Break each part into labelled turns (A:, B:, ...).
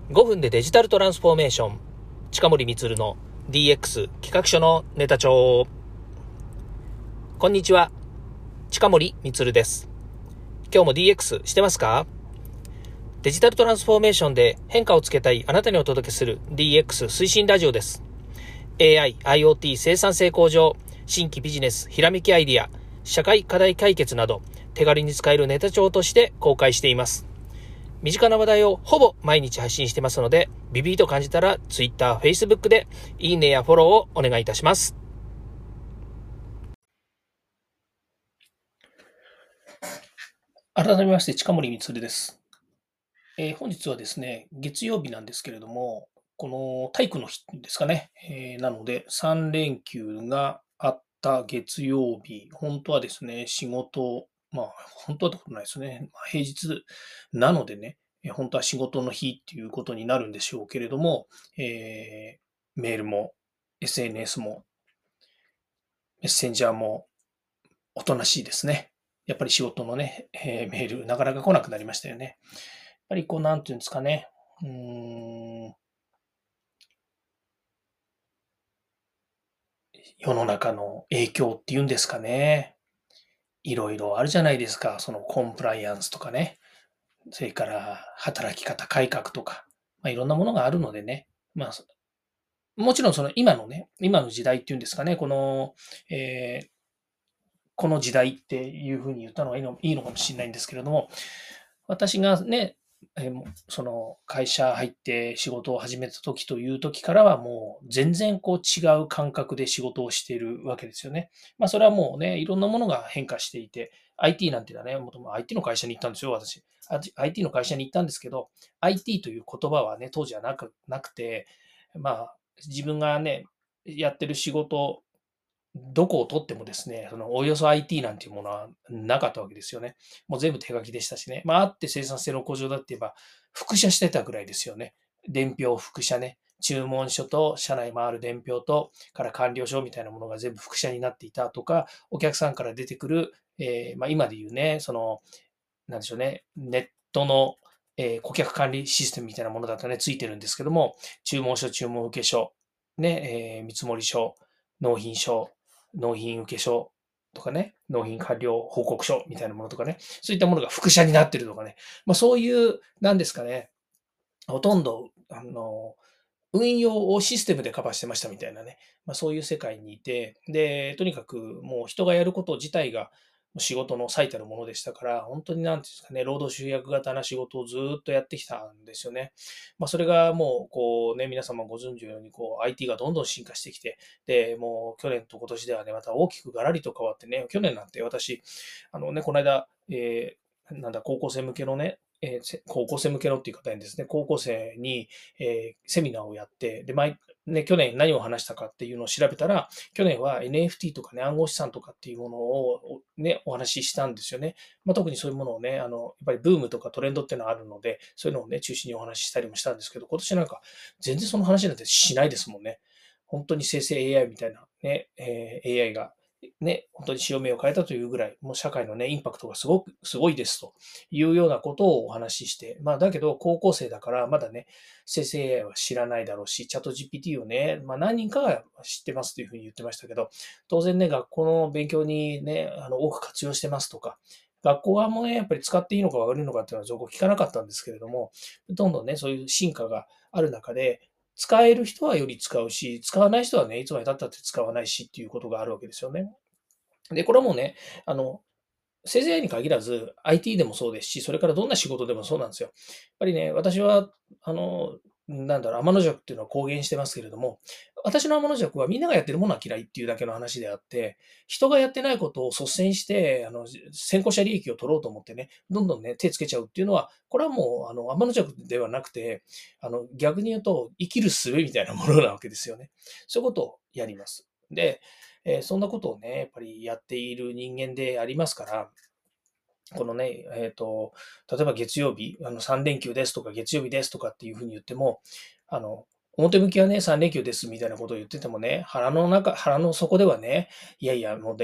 A: 5分でデジタルトランスフォーメーション。近森光の DX 企画書のネタ帳。こんにちは。近森光です。今日も DX してますか？デジタルトランスフォーメーションで変化をつけたいあなたにお届けする DX 推進ラジオです。AI、IoT 生産性向上、新規ビジネス、ひらめきアイディア、社会課題解決など手軽に使えるネタ帳として公開しています。身近な話題をほぼ毎日配信してますので、ビビーと感じたら Twitter、Facebook でいいねやフォローをお願いいたします。改めまして、近森光です。本日はですね、月曜日なんですけれども、この体育の日ですかね。なので、3連休があった月曜日、本当はですね、仕事、本当はってことないですね。平日なのでね、本当は仕事の日っていうことになるんでしょうけれども、メールも SNS もメッセンジャーもおとなしいですね。やっぱり仕事のね、メールなかなか来なくなりましたよね。やっぱりこう、なんていうんですかね。世の中の影響っていうんですかね。いろいろあるじゃないですか。そのコンプライアンスとかね。それから働き方改革とか、いろんなものがあるのでね。もちろんその今の時代っていうんですかね。この時代っていうふうに言ったのがいいのかもしれないんですけれども、私がね、その会社入って仕事を始めた時という時からはもう全然こう違う感覚で仕事をしているわけですよね。それはもうね、いろんなものが変化していて、IT なんていうのはね、もともと IT の会社に行ったんですよ、私。IT の会社に行ったんですけど、IT という言葉はね、当時はなくて、自分がね、やってる仕事どこを取ってもですね、そのおよそ IT なんていうものはなかったわけですよね。もう全部手書きでしたしね。あって生産性の向上だって言えば、複写してたぐらいですよね。伝票複写ね。注文書と社内回る伝票と、から完了書みたいなものが全部複写になっていたとか、お客さんから出てくる、今で言うね、なんでしょうね、ネットの、顧客管理システムみたいなものだとね、ついてるんですけども、注文書、注文受書、ね、見積書、納品書、納品受書とかね、納品完了報告書みたいなものとかね、そういったものが複写になってるとかね、そういう、なんですかね、ほとんど、運用をシステムでカバーしてましたみたいなね、そういう世界にいて、で、とにかくもう人がやること自体が仕事の最たるものでしたから、本当になんていうんですかね、労働集約型な仕事をずっとやってきたんですよね。それがもう、こうね、皆様ご存知のように、こう IT がどんどん進化してきて、で、もう去年と今年ではね、また大きくガラリと変わってね、去年なんて私、この間、高校生向けのね、高校生向けのっていう方にですね、高校生に、セミナーをやって、で、去年何を話したかっていうのを調べたら、去年は NFT とかね、暗号資産とかっていうものをね、お話ししたんですよね。特にそういうものをね、やっぱりブームとかトレンドっていうのはあるので、そういうのをね、中心にお話ししたりもしたんですけど、今年なんか全然その話なんてしないですもんね。本当に生成 AI みたいなね、AI がね、本当に潮目を変えたというぐらい、もう社会のね、インパクトがすごいですというようなことをお話しして、だけど高校生だからまだね、生成 AI は知らないだろうし、チャット GPT をね、何人かが知ってますというふうに言ってましたけど、当然ね、学校の勉強にね、多く活用してますとか、学校側もね、やっぱり使っていいのか悪いのかっていうのは情報聞かなかったんですけれども、どんどんね、そういう進化がある中で、使える人はより使うし、使わない人はね、いつまで経ったって使わないしっていうことがあるわけですよね。で、これはもうね、あの、生成 AI に限らず、IT でもそうですし、それからどんな仕事でもそうなんですよ。やっぱりね、私は、天の弱っていうのは公言してますけれども、私の天の弱はみんながやってるものは嫌いっていうだけの話であって、人がやってないことを率先して、先行者利益を取ろうと思ってね、どんどんね、手つけちゃうっていうのは、これはもう、天の弱ではなくて、逆に言うと、生きる術みたいなものなわけですよね。そういうことをやります。で、そんなことをね、やっぱりやっている人間でありますから、このね、例えば月曜日、3連休ですとか月曜日ですとかっていうふうに言っても、あの、表向きはね、3連休ですみたいなことを言っててもね、腹の底ではね、いやいや、もうね、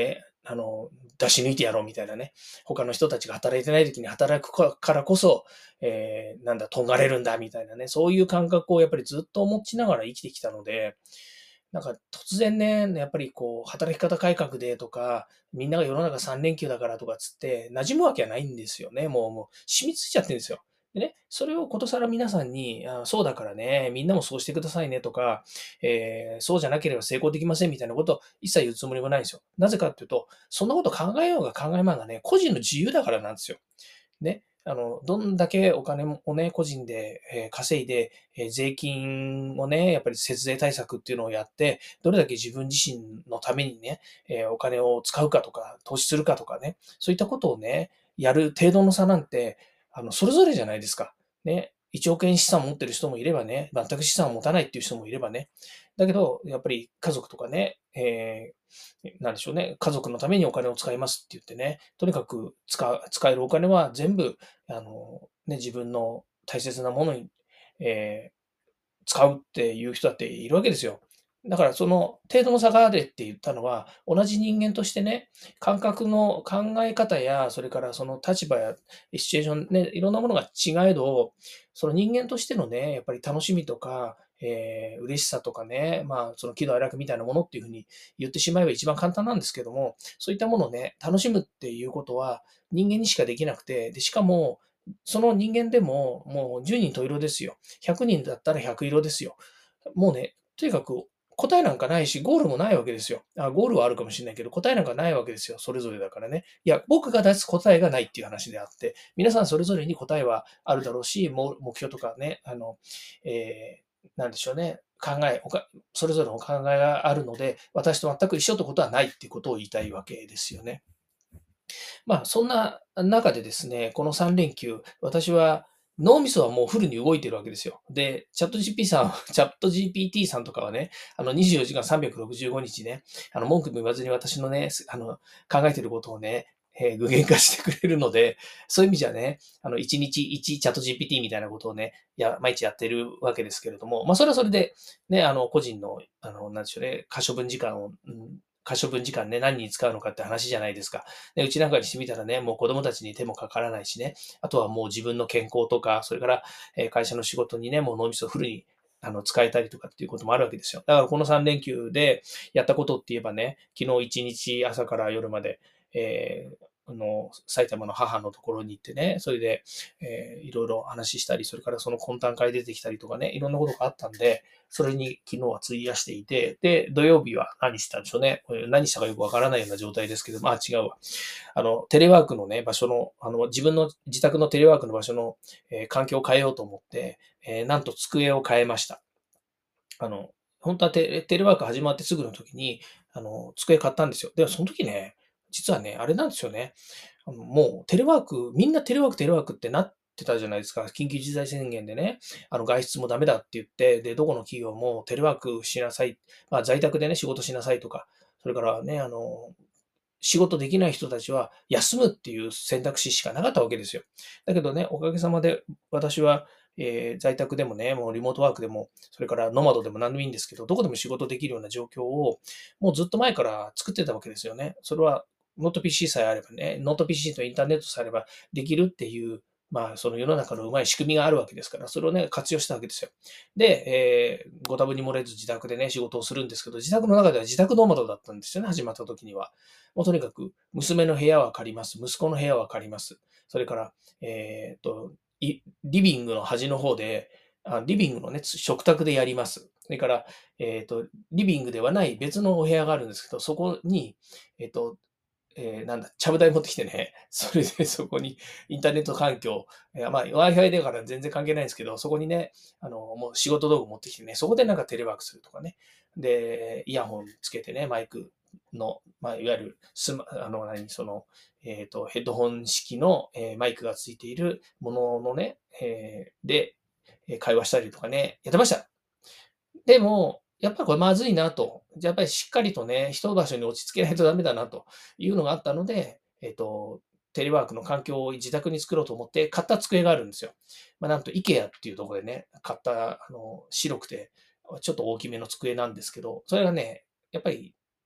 A: 出し抜いてやろうみたいなね。他の人たちが働いてない時に働くからこそ、とんがれるんだみたいなね。そういう感覚をやっぱりずっと持ちながら生きてきたので、なんか突然ね、やっぱりこう、働き方改革でとか、みんなが世の中3連休だからとかつって、馴染むわけはないんですよね。もう染みついちゃってるんですよ。でね、それをことさら皆さんに、そうだからね、みんなもそうしてくださいねとか、そうじゃなければ成功できませんみたいなことを一切言うつもりもないんですよ。なぜかっていうと、そんなこと考えようが考えまいがね、個人の自由だからなんですよ。ね。どんだけお金をね、個人で、稼いで、税金をね、やっぱり節税対策っていうのをやって、どれだけ自分自身のためにね、お金を使うかとか、投資するかとかね、そういったことをね、やる程度の差なんて、それぞれじゃないですか。ね。1億円資産を持ってる人もいればね、全く資産を持たないっていう人もいればね。だけど、やっぱり家族とかね、なんでしょうね、家族のためにお金を使いますって言ってね、とにかく使えるお金は全部、自分の大切なものに、え使うっていう人だっているわけですよ。だからその程度の差があれって言ったのは、同じ人間としてね、感覚の考え方や、それからその立場やシチュエーションね、いろんなものが違えど、その人間としてのね、やっぱり楽しみとか、嬉しさとかね、その喜怒哀楽みたいなものっていうふうに言ってしまえば一番簡単なんですけども、そういったものをね、楽しむっていうことは人間にしかできなくて、で、しかも、その人間でも、もう10人十色ですよ。100人だったら100色ですよ。もうね、とにかく答えなんかないし、ゴールもないわけですよ。ゴールはあるかもしれないけど、答えなんかないわけですよ。それぞれだからね。いや、僕が出す答えがないっていう話であって、皆さんそれぞれに答えはあるだろうし、目標とかね、なんでしょうね。それぞれの考えがあるので、私と全く一緒ってことはないっていうことを言いたいわけですよね。そんな中でですね、この3連休、私は脳みそはもうフルに動いてるわけですよ。で、チャット GPT さんとかはね、24時間365日ね、文句も言わずに私のね、考えてることをね、具現化してくれるので、そういう意味じゃね、1日1チャット GPT みたいなことをね、毎日やってるわけですけれども、それはそれで、ね、個人の、なんでしょうね、可処分時間ね、何に使うのかって話じゃないですか。で、うちなんかにしてみたらね、もう子供たちに手もかからないしね、あとはもう自分の健康とか、それから、会社の仕事にね、もう脳みそをフルに使えたりとかっていうこともあるわけですよ。だからこの3連休でやったことって言えばね、昨日1日朝から夜まで、埼玉の母のところに行ってね、それで、いろいろ話したり、それからその懇談会出てきたりとかね、いろんなことがあったんで、それに昨日は費やしていて、で、土曜日は何したんでしょうね。何したかよくわからないような状態ですけど、違うわ。テレワークのね、場所の、自分の自宅のテレワークの場所の、環境を変えようと思って、なんと机を変えました。あの、本当はテレワーク始まってすぐの時に、机買ったんですよ。で、その時ね、実はね、あれなんですよね。もうテレワーク、みんなテレワークってなってたじゃないですか。緊急事態宣言でね、外出もダメだって言って、で、どこの企業もテレワークしなさい。在宅でね、仕事しなさいとか、それからね、仕事できない人たちは休むっていう選択肢しかなかったわけですよ。だけどね、おかげさまで私は、在宅でもね、もうリモートワークでも、それからノマドでも何でもいいんですけど、どこでも仕事できるような状況を、もうずっと前から作ってたわけですよね。それはノート PC さえあればね、ノート PC とインターネットさえあればできるっていう、その世の中のうまい仕組みがあるわけですから、それをね、活用したわけですよ。で、ご多分に漏れず自宅でね、仕事をするんですけど、自宅の中では自宅ノマドだったんですよね、始まった時には。もうとにかく、娘の部屋は借ります。息子の部屋は借ります。それから、リビングの端の方で、リビングのね、食卓でやります。それから、リビングではない別のお部屋があるんですけど、そこに、えっと、ちゃぶ台持ってきてね、それでそこにインターネット環境、Wi-Fi だから全然関係ないんですけど、そこにね、もう仕事道具持ってきてね、そこでなんかテレワークするとかね。で、イヤホンつけてね、マイクの、いわゆるスマ、あの、何、その、ヘッドホン式の、マイクがついているもののね、で、会話したりとかね、やってました。でも、やっぱりこれまずいなと。じゃあやっぱりしっかりとね、一場所に落ち着けないとダメだなというのがあったので、テレワークの環境を自宅に作ろうと思って買った机があるんですよ。なんと IKEA っていうところでね、買った、白くて、ちょっと大きめの机なんですけど、それがね、やっぱり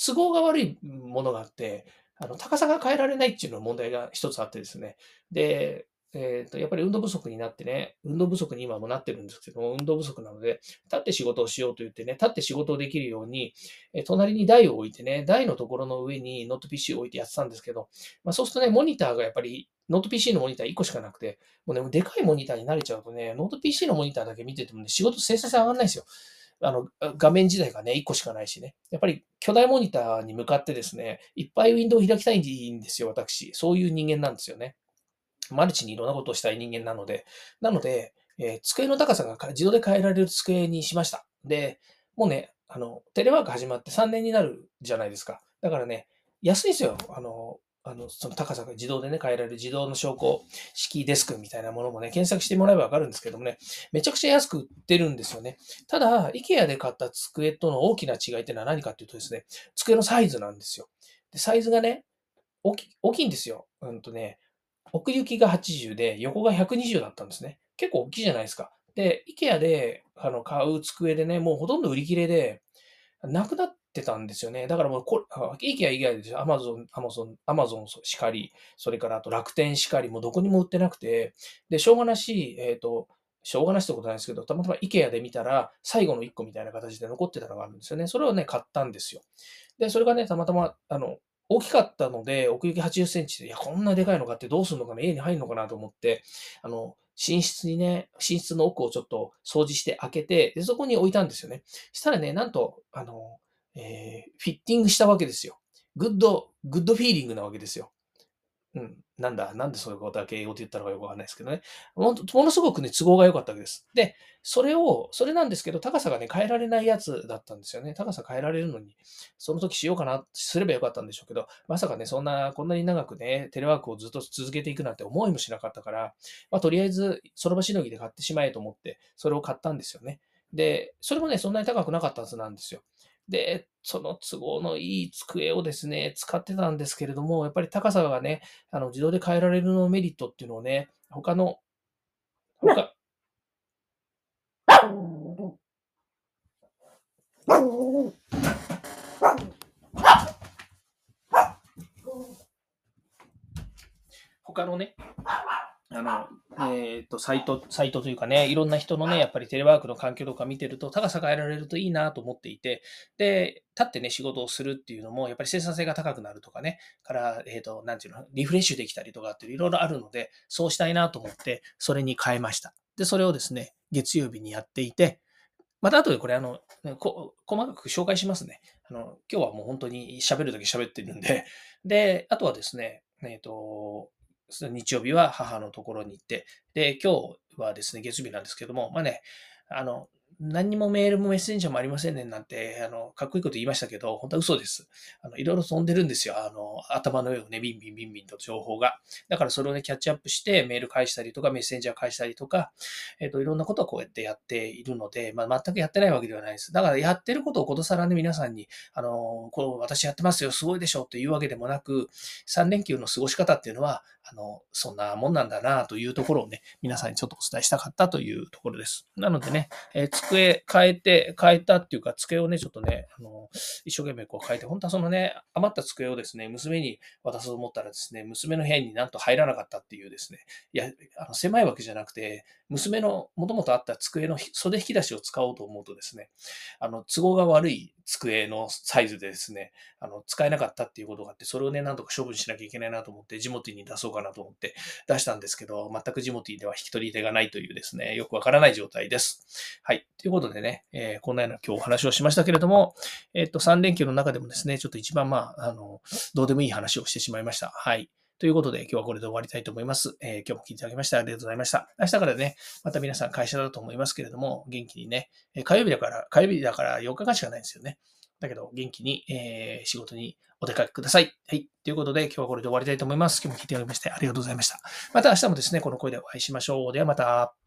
A: 都合が悪いものがあって、高さが変えられないっていうの問題が一つあってですね。で、やっぱり運動不足になってね、運動不足に今もなってるんですけども、運動不足なので、立って仕事をしようと言ってね、立って仕事をできるように、隣に台を置いてね、台のところの上にノート PC を置いてやってたんですけど、そうするとね、モニターがやっぱり、ノート PC のモニター1個しかなくて、もうね、でかいモニターに慣れちゃうとね、ノート PC のモニターだけ見ててもね、仕事生産性上がんないんですよ。画面自体がね、1個しかないしね。やっぱり巨大モニターに向かってですね、いっぱいウィンドウを開きたいんですよ、私。そういう人間なんですよね。マルチにいろんなことをしたい人間なので。なので、机の高さが自動で変えられる机にしました。で、もうね、テレワーク始まって3年になるじゃないですか。だからね、安いですよ。その高さが自動でね、変えられる自動の昇降式デスクみたいなものもね、検索してもらえばわかるんですけどもね、めちゃくちゃ安く売ってるんですよね。ただ、IKEA で買った机との大きな違いっていうのは何かっていうとですね、机のサイズなんですよ。で、サイズがね、大きいんですよ。奥行きが80で、横が120だったんですね。結構大きいじゃないですか。で、IKEA で買う机でね、もうほとんど売り切れで、なくなってたんですよね。だからもうIKEA 以外ですよ。Amazon しかり、それからあと楽天しかり、もうどこにも売ってなくて、で、しょうがなしってことないですけど、たまたま IKEA で見たら、最後の1個みたいな形で残ってたのがあるんですよね。それをね、買ったんですよ。で、それがね、たまたま、大きかったので、奥行き80センチで、いや、こんなでかいのかってどうするのかな、家に入るのかなと思って、寝室の奥をちょっと掃除して開けて、で、そこに置いたんですよね。したらね、なんと、フィッティングしたわけですよ。グッドフィーリングなわけですよ。うん。なんでそういうことだけ英語で言ったのかよくわかんないですけどね。ものすごくね、都合が良かったわけです。で、それなんですけど、高さがね、変えられないやつだったんですよね。高さ変えられるのに、その時しようかな、すればよかったんでしょうけど、まさかね、こんなに長くね、テレワークをずっと続けていくなんて思いもしなかったから、とりあえず、その場しのぎで買ってしまえと思って、それを買ったんですよね。で、それもね、そんなに高くなかったはずなんですよ。で、その都合のいい机をですね、使ってたんですけれども、やっぱり高さがね、自動で変えられるのメリットっていうのをね、他、他のね、あの、サイトというかね、いろんな人のね、やっぱりテレワークの環境とか見てると、高さ変えられるといいなと思っていて、で、立ってね、仕事をするっていうのも、やっぱり生産性が高くなるとかね、なんていうの、リフレッシュできたりとかっていろいろあるので、そうしたいなと思って、それに変えました。で、それをですね、月曜日にやっていて、また後でこれ細かく紹介しますね。今日はもう本当に喋るだけ喋ってるんで、で、あとはですね、日曜日は母のところに行って、で、今日はですね、月曜日なんですけども、あの、何にもメールもメッセンジャーもありませんねなんて、かっこいいこと言いましたけど、本当は嘘です。いろいろ飛んでるんですよ。頭の上をね、ビンビンビンビンと情報が。だからそれをね、キャッチアップして、メール返したりとか、メッセンジャー返したりとか、いろんなことをこうやってやっているので、全くやってないわけではないです。だからやってることをことさらね、皆さんに、私やってますよ、すごいでしょっていうわけでもなく、3連休の過ごし方っていうのは、そんなもんなんだなというところをね、皆さんにちょっとお伝えしたかったというところです。なのでね、机変えたっていうか、机をね、ちょっとね、一生懸命こう変えて、本当はそのね、余った机をですね、娘に渡そうと思ったらですね、娘の部屋になんと入らなかったっていうですね、いや、狭いわけじゃなくて、娘のもともとあった机の袖引き出しを使おうと思うとですね、都合が悪い机のサイズでですね、使えなかったっていうことがあって、それをね、なんとか処分しなきゃいけないなと思って、ジモティーに出そうかなと思って出したんですけど、全くジモティーでは引き取り手がないというですね、よくわからない状態です。はい。ということでね、こんなような今日お話をしましたけれども、3連休の中でもですね、ちょっと一番どうでもいい話をしてしまいました。はい。ということで、今日はこれで終わりたいと思います。今日も聞いていただきましてありがとうございました。明日からね、また皆さん会社だと思いますけれども、元気にね、火曜日だから4日間しかないんですよね。だけど、元気に、仕事にお出かけください。はい。ということで、今日はこれで終わりたいと思います。今日も聞いていただきましてありがとうございました。また明日もですね、この声でお会いしましょう。ではまた。